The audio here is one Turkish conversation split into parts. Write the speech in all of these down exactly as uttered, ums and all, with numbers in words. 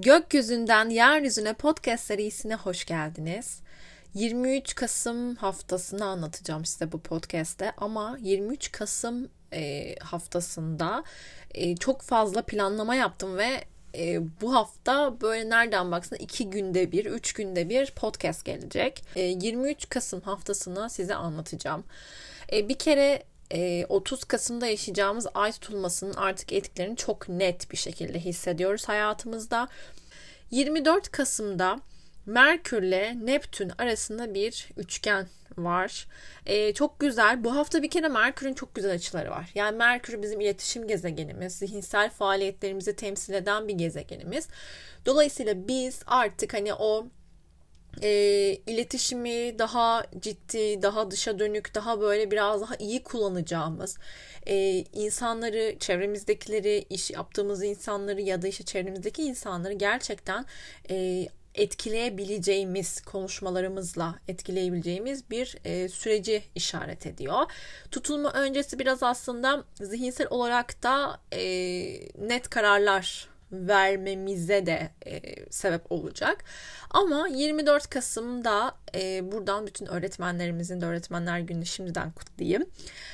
Gökyüzünden Yeryüzüne podcast serisine hoş geldiniz. yirmi üç Kasım haftasını anlatacağım size bu podcast'te ama yirmi üç Kasım e, haftasında e, çok fazla planlama yaptım ve e, bu hafta böyle nereden baksan iki günde bir, üç günde bir podcast gelecek. E, yirmi üç Kasım haftasını size anlatacağım. E, bir kere otuz Kasım'da yaşayacağımız ay tutulmasının artık etkilerini çok net bir şekilde hissediyoruz hayatımızda. yirmi dört Kasım'da Merkürle Neptün arasında bir üçgen var. Ee, çok güzel. Bu hafta bir kere Merkür'ün çok güzel açıları var. Yani Merkür bizim iletişim gezegenimiz, zihinsel faaliyetlerimizi temsil eden bir gezegenimiz. Dolayısıyla biz artık hani o E, iletişimi daha ciddi, daha dışa dönük, daha böyle biraz daha iyi kullanacağımız, e, insanları, çevremizdekileri, iş yaptığımız insanları ya da işte çevremizdeki insanları gerçekten e, etkileyebileceğimiz, konuşmalarımızla etkileyebileceğimiz bir e, süreci işaret ediyor. Tutulma öncesi biraz aslında zihinsel olarak da e, net kararlar vermemize de e, sebep olacak. Ama yirmi dört Kasım'da e, buradan bütün öğretmenlerimizin de Öğretmenler Günü'nü şimdiden kutlayayım.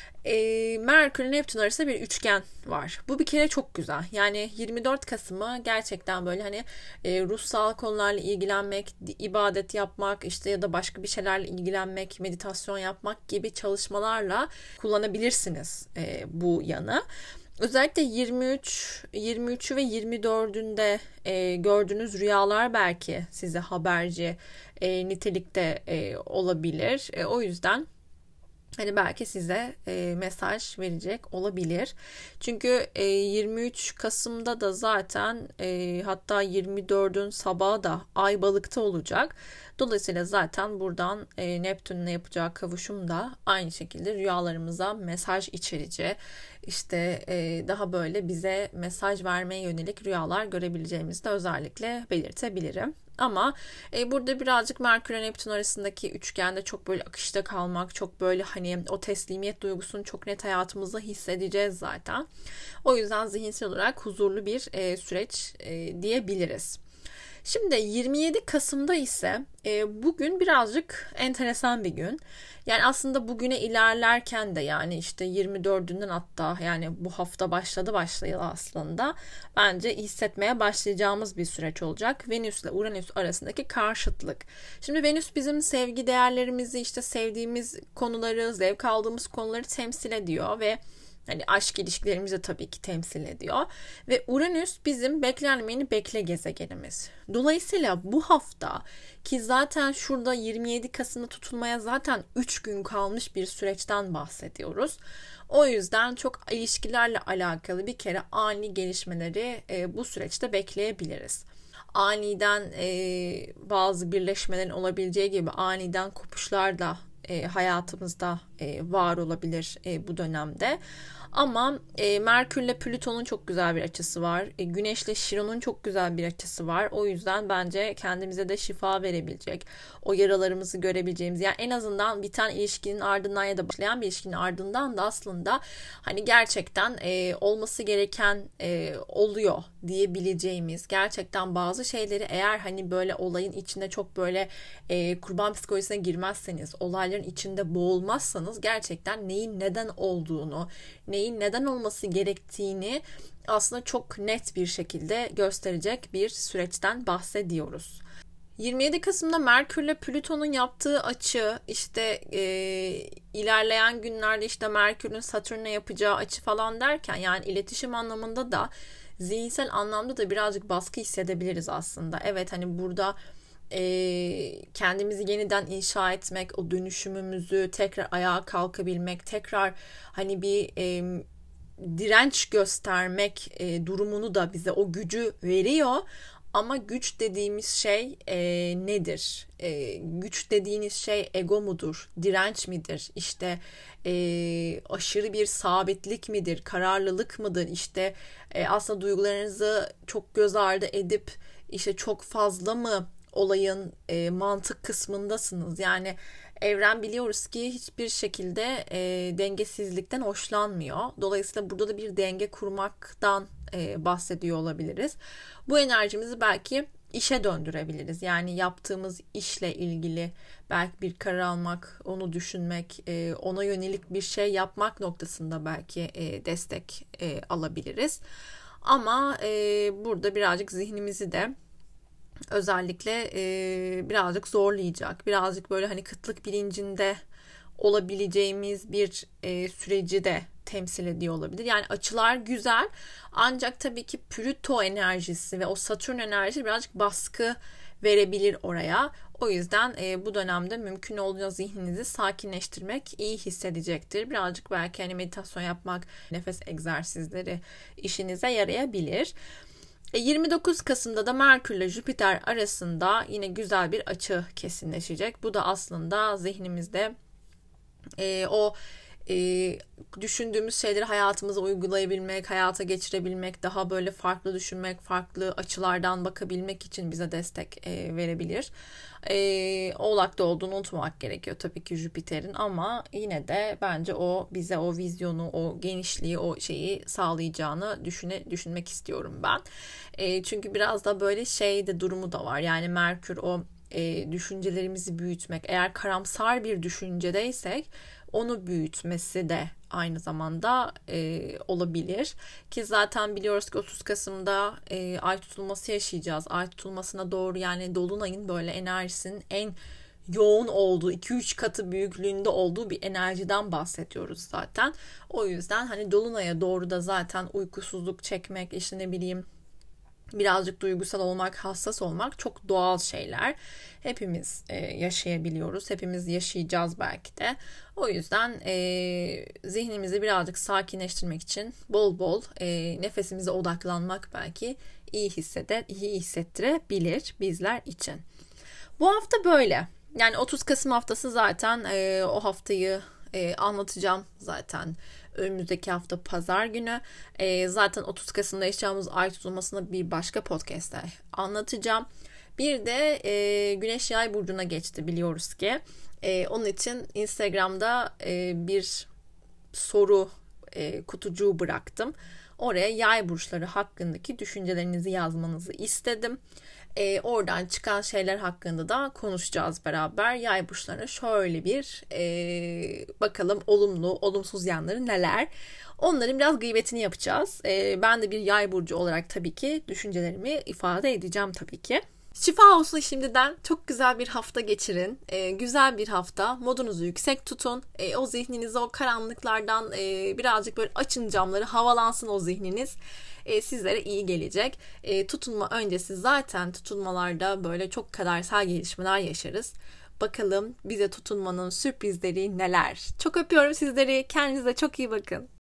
E, Merkür Neptün arasında bir üçgen var. Bu bir kere çok güzel. Yani yirmi dört Kasım'ı gerçekten böyle hani e, ruhsal konularla ilgilenmek, ibadet yapmak, işte ya da başka bir şeylerle ilgilenmek, meditasyon yapmak gibi çalışmalarla kullanabilirsiniz e, bu yanı. Özellikle yirmi üç, yirmi üçü ve yirmi dördünde e, gördüğünüz rüyalar belki size haberci e, nitelikte e, olabilir. E, o yüzden hani belki size e, mesaj verecek olabilir. Çünkü e, yirmi üç Kasım'da da zaten e, hatta yirmi dördün sabahı da Ay Balık'ta olacak. Dolayısıyla zaten buradan e, Neptün'le yapacağı kavuşum da aynı şekilde rüyalarımıza mesaj içerici, işte e, daha böyle bize mesaj vermeye yönelik rüyalar görebileceğimizi de özellikle belirtebilirim. Ama e, burada birazcık Merkür ve Neptün arasındaki üçgende çok böyle akışta kalmak, çok böyle hani o teslimiyet duygusunu çok net hayatımızda hissedeceğiz zaten. O yüzden zihinsel olarak huzurlu bir e, süreç e, diyebiliriz. Şimdi yirmi yedi Kasım'da ise e, bugün birazcık enteresan bir gün. Yani aslında bugüne ilerlerken de yani işte yirmi dördünden hatta yani bu hafta başladı başlayalı aslında bence hissetmeye başlayacağımız bir süreç olacak. Venüs ile Uranüs arasındaki karşıtlık. Şimdi Venüs bizim sevgi değerlerimizi, işte sevdiğimiz konuları, zevk aldığımız konuları temsil ediyor ve hani aşk ilişkilerimizi de tabii ki temsil ediyor. Ve Uranüs bizim beklenmeyeni bekle gezegenimiz. Dolayısıyla bu hafta ki zaten şurada yirmi yedi Kasım'da tutulmaya zaten üç gün kalmış bir süreçten bahsediyoruz. O yüzden çok ilişkilerle alakalı bir kere ani gelişmeleri e, bu süreçte bekleyebiliriz. Aniden e, bazı birleşmelerin olabileceği gibi aniden kopuşlar da e, hayatımızda e, var olabilir e, bu dönemde. Ama e, Merkürle Plüton'un çok güzel bir açısı var. E, Güneşle Şiron'un çok güzel bir açısı var. O yüzden bence kendimize de şifa verebilecek, o yaralarımızı görebileceğimiz, yani en azından biten ilişkinin ardından ya da başlayan bir ilişkinin ardından da aslında hani gerçekten e, olması gereken e, oluyor diyebileceğimiz, gerçekten bazı şeyleri eğer hani böyle olayın içinde çok böyle e, kurban psikolojisine girmezseniz, olayların içinde boğulmazsanız gerçekten neyin neden olduğunu, neyin neden olması gerektiğini aslında çok net bir şekilde gösterecek bir süreçten bahsediyoruz. yirmi yedi Kasım'da Merkürle Plüton'un yaptığı açı, işte e, ilerleyen günlerde işte Merkür'ün Satürn'e yapacağı açı falan derken yani iletişim anlamında da zihinsel anlamda da birazcık baskı hissedebiliriz aslında. Evet, hani burada e, kendimizi yeniden inşa etmek, o dönüşümümüzü tekrar ayağa kalkabilmek, tekrar hani bir e, direnç göstermek e, durumunu da bize o gücü veriyor. Ama güç dediğimiz şey e, nedir? E, güç dediğiniz şey ego mudur? Direnç midir? İşte e, aşırı bir sabitlik midir? Kararlılık mıdır? İşte e, aslında duygularınızı çok göz ardı edip işte çok fazla mı olayın e, mantık kısmındasınız? Yani evren biliyoruz ki hiçbir şekilde e, dengesizlikten hoşlanmıyor. Dolayısıyla burada da bir denge kurmaktan e, bahsediyor olabiliriz. Bu enerjimizi belki işe döndürebiliriz. Yani yaptığımız işle ilgili belki bir karar almak, onu düşünmek, e, ona yönelik bir şey yapmak noktasında belki e, destek e, alabiliriz. Ama e, burada birazcık zihnimizi de özellikle e, birazcık zorlayacak, birazcık böyle hani kıtlık bilincinde olabileceğimiz bir e, süreci de temsil ediyor olabilir. Yani açılar güzel, ancak tabii ki Plüto enerjisi ve o Satürn enerjisi birazcık baskı verebilir oraya. O yüzden e, bu dönemde mümkün olduğunca zihninizi sakinleştirmek iyi hissedecektir. Birazcık belki hani meditasyon yapmak, nefes egzersizleri işinize yarayabilir. yirmi dokuz Kasım'da da Merkür ile Jüpiter arasında yine güzel bir açı kesinleşecek. Bu da aslında zihnimizde e, o e, düşündüğümüz şeyleri hayatımıza uygulayabilmek, hayata geçirebilmek, daha böyle farklı düşünmek, farklı açılardan bakabilmek için bize destek e, verebilir. E, Oğlak'ta olduğunu unutmamak gerekiyor tabii ki Jüpiter'in, ama yine de bence o bize o vizyonu, o genişliği, o şeyi sağlayacağını düşüne, düşünmek istiyorum ben. E, çünkü biraz da böyle şey de durumu da var. Yani Merkür o e, düşüncelerimizi büyütmek. Eğer karamsar bir düşüncedeysek onu büyütmesi de aynı zamanda e, olabilir. Ki zaten biliyoruz ki otuz Kasım'da e, ay tutulması yaşayacağız. Ay tutulmasına doğru, yani dolunayın böyle enerjisinin en yoğun olduğu, iki üç katı büyüklüğünde olduğu bir enerjiden bahsediyoruz zaten. O yüzden hani dolunaya doğru da zaten uykusuzluk çekmek, işte ne bileyim birazcık duygusal olmak, hassas olmak çok doğal şeyler. Hepimiz e, yaşayabiliyoruz. Hepimiz yaşayacağız belki de. O yüzden e, zihnimizi birazcık sakinleştirmek için bol bol e, nefesimize odaklanmak belki iyi hisseder, iyi hissettirebilir bizler için. Bu hafta böyle. Yani otuz Kasım haftası zaten e, o haftayı e, anlatacağım zaten. Önümüzdeki hafta pazar günü. E, zaten otuz Kasım'da yaşayacağımız ay tutulmasını bir başka podcast'te anlatacağım. Bir de e, Güneş Yay burcuna geçti biliyoruz ki. E, onun için Instagram'da e, bir soru e, kutucuğu bıraktım. Oraya yay burçları hakkındaki düşüncelerinizi yazmanızı istedim. E, oradan çıkan şeyler hakkında da konuşacağız beraber. Yay burçlarına şöyle bir e, bakalım olumlu, olumsuz yanları neler. Onların biraz gıybetini yapacağız. E, ben de bir yay burcu olarak tabii ki düşüncelerimi ifade edeceğim tabii ki. Şifa olsun şimdiden. Çok güzel bir hafta geçirin. E, güzel bir hafta. Modunuzu yüksek tutun. E, o zihninizi o karanlıklardan e, birazcık böyle açın camları. Havalansın o zihniniz. E, sizlere iyi gelecek. E, tutunma öncesi zaten tutunmalarda böyle çok kadersel gelişmeler yaşarız. Bakalım bize tutunmanın sürprizleri neler. Çok öpüyorum sizleri. Kendinize çok iyi bakın.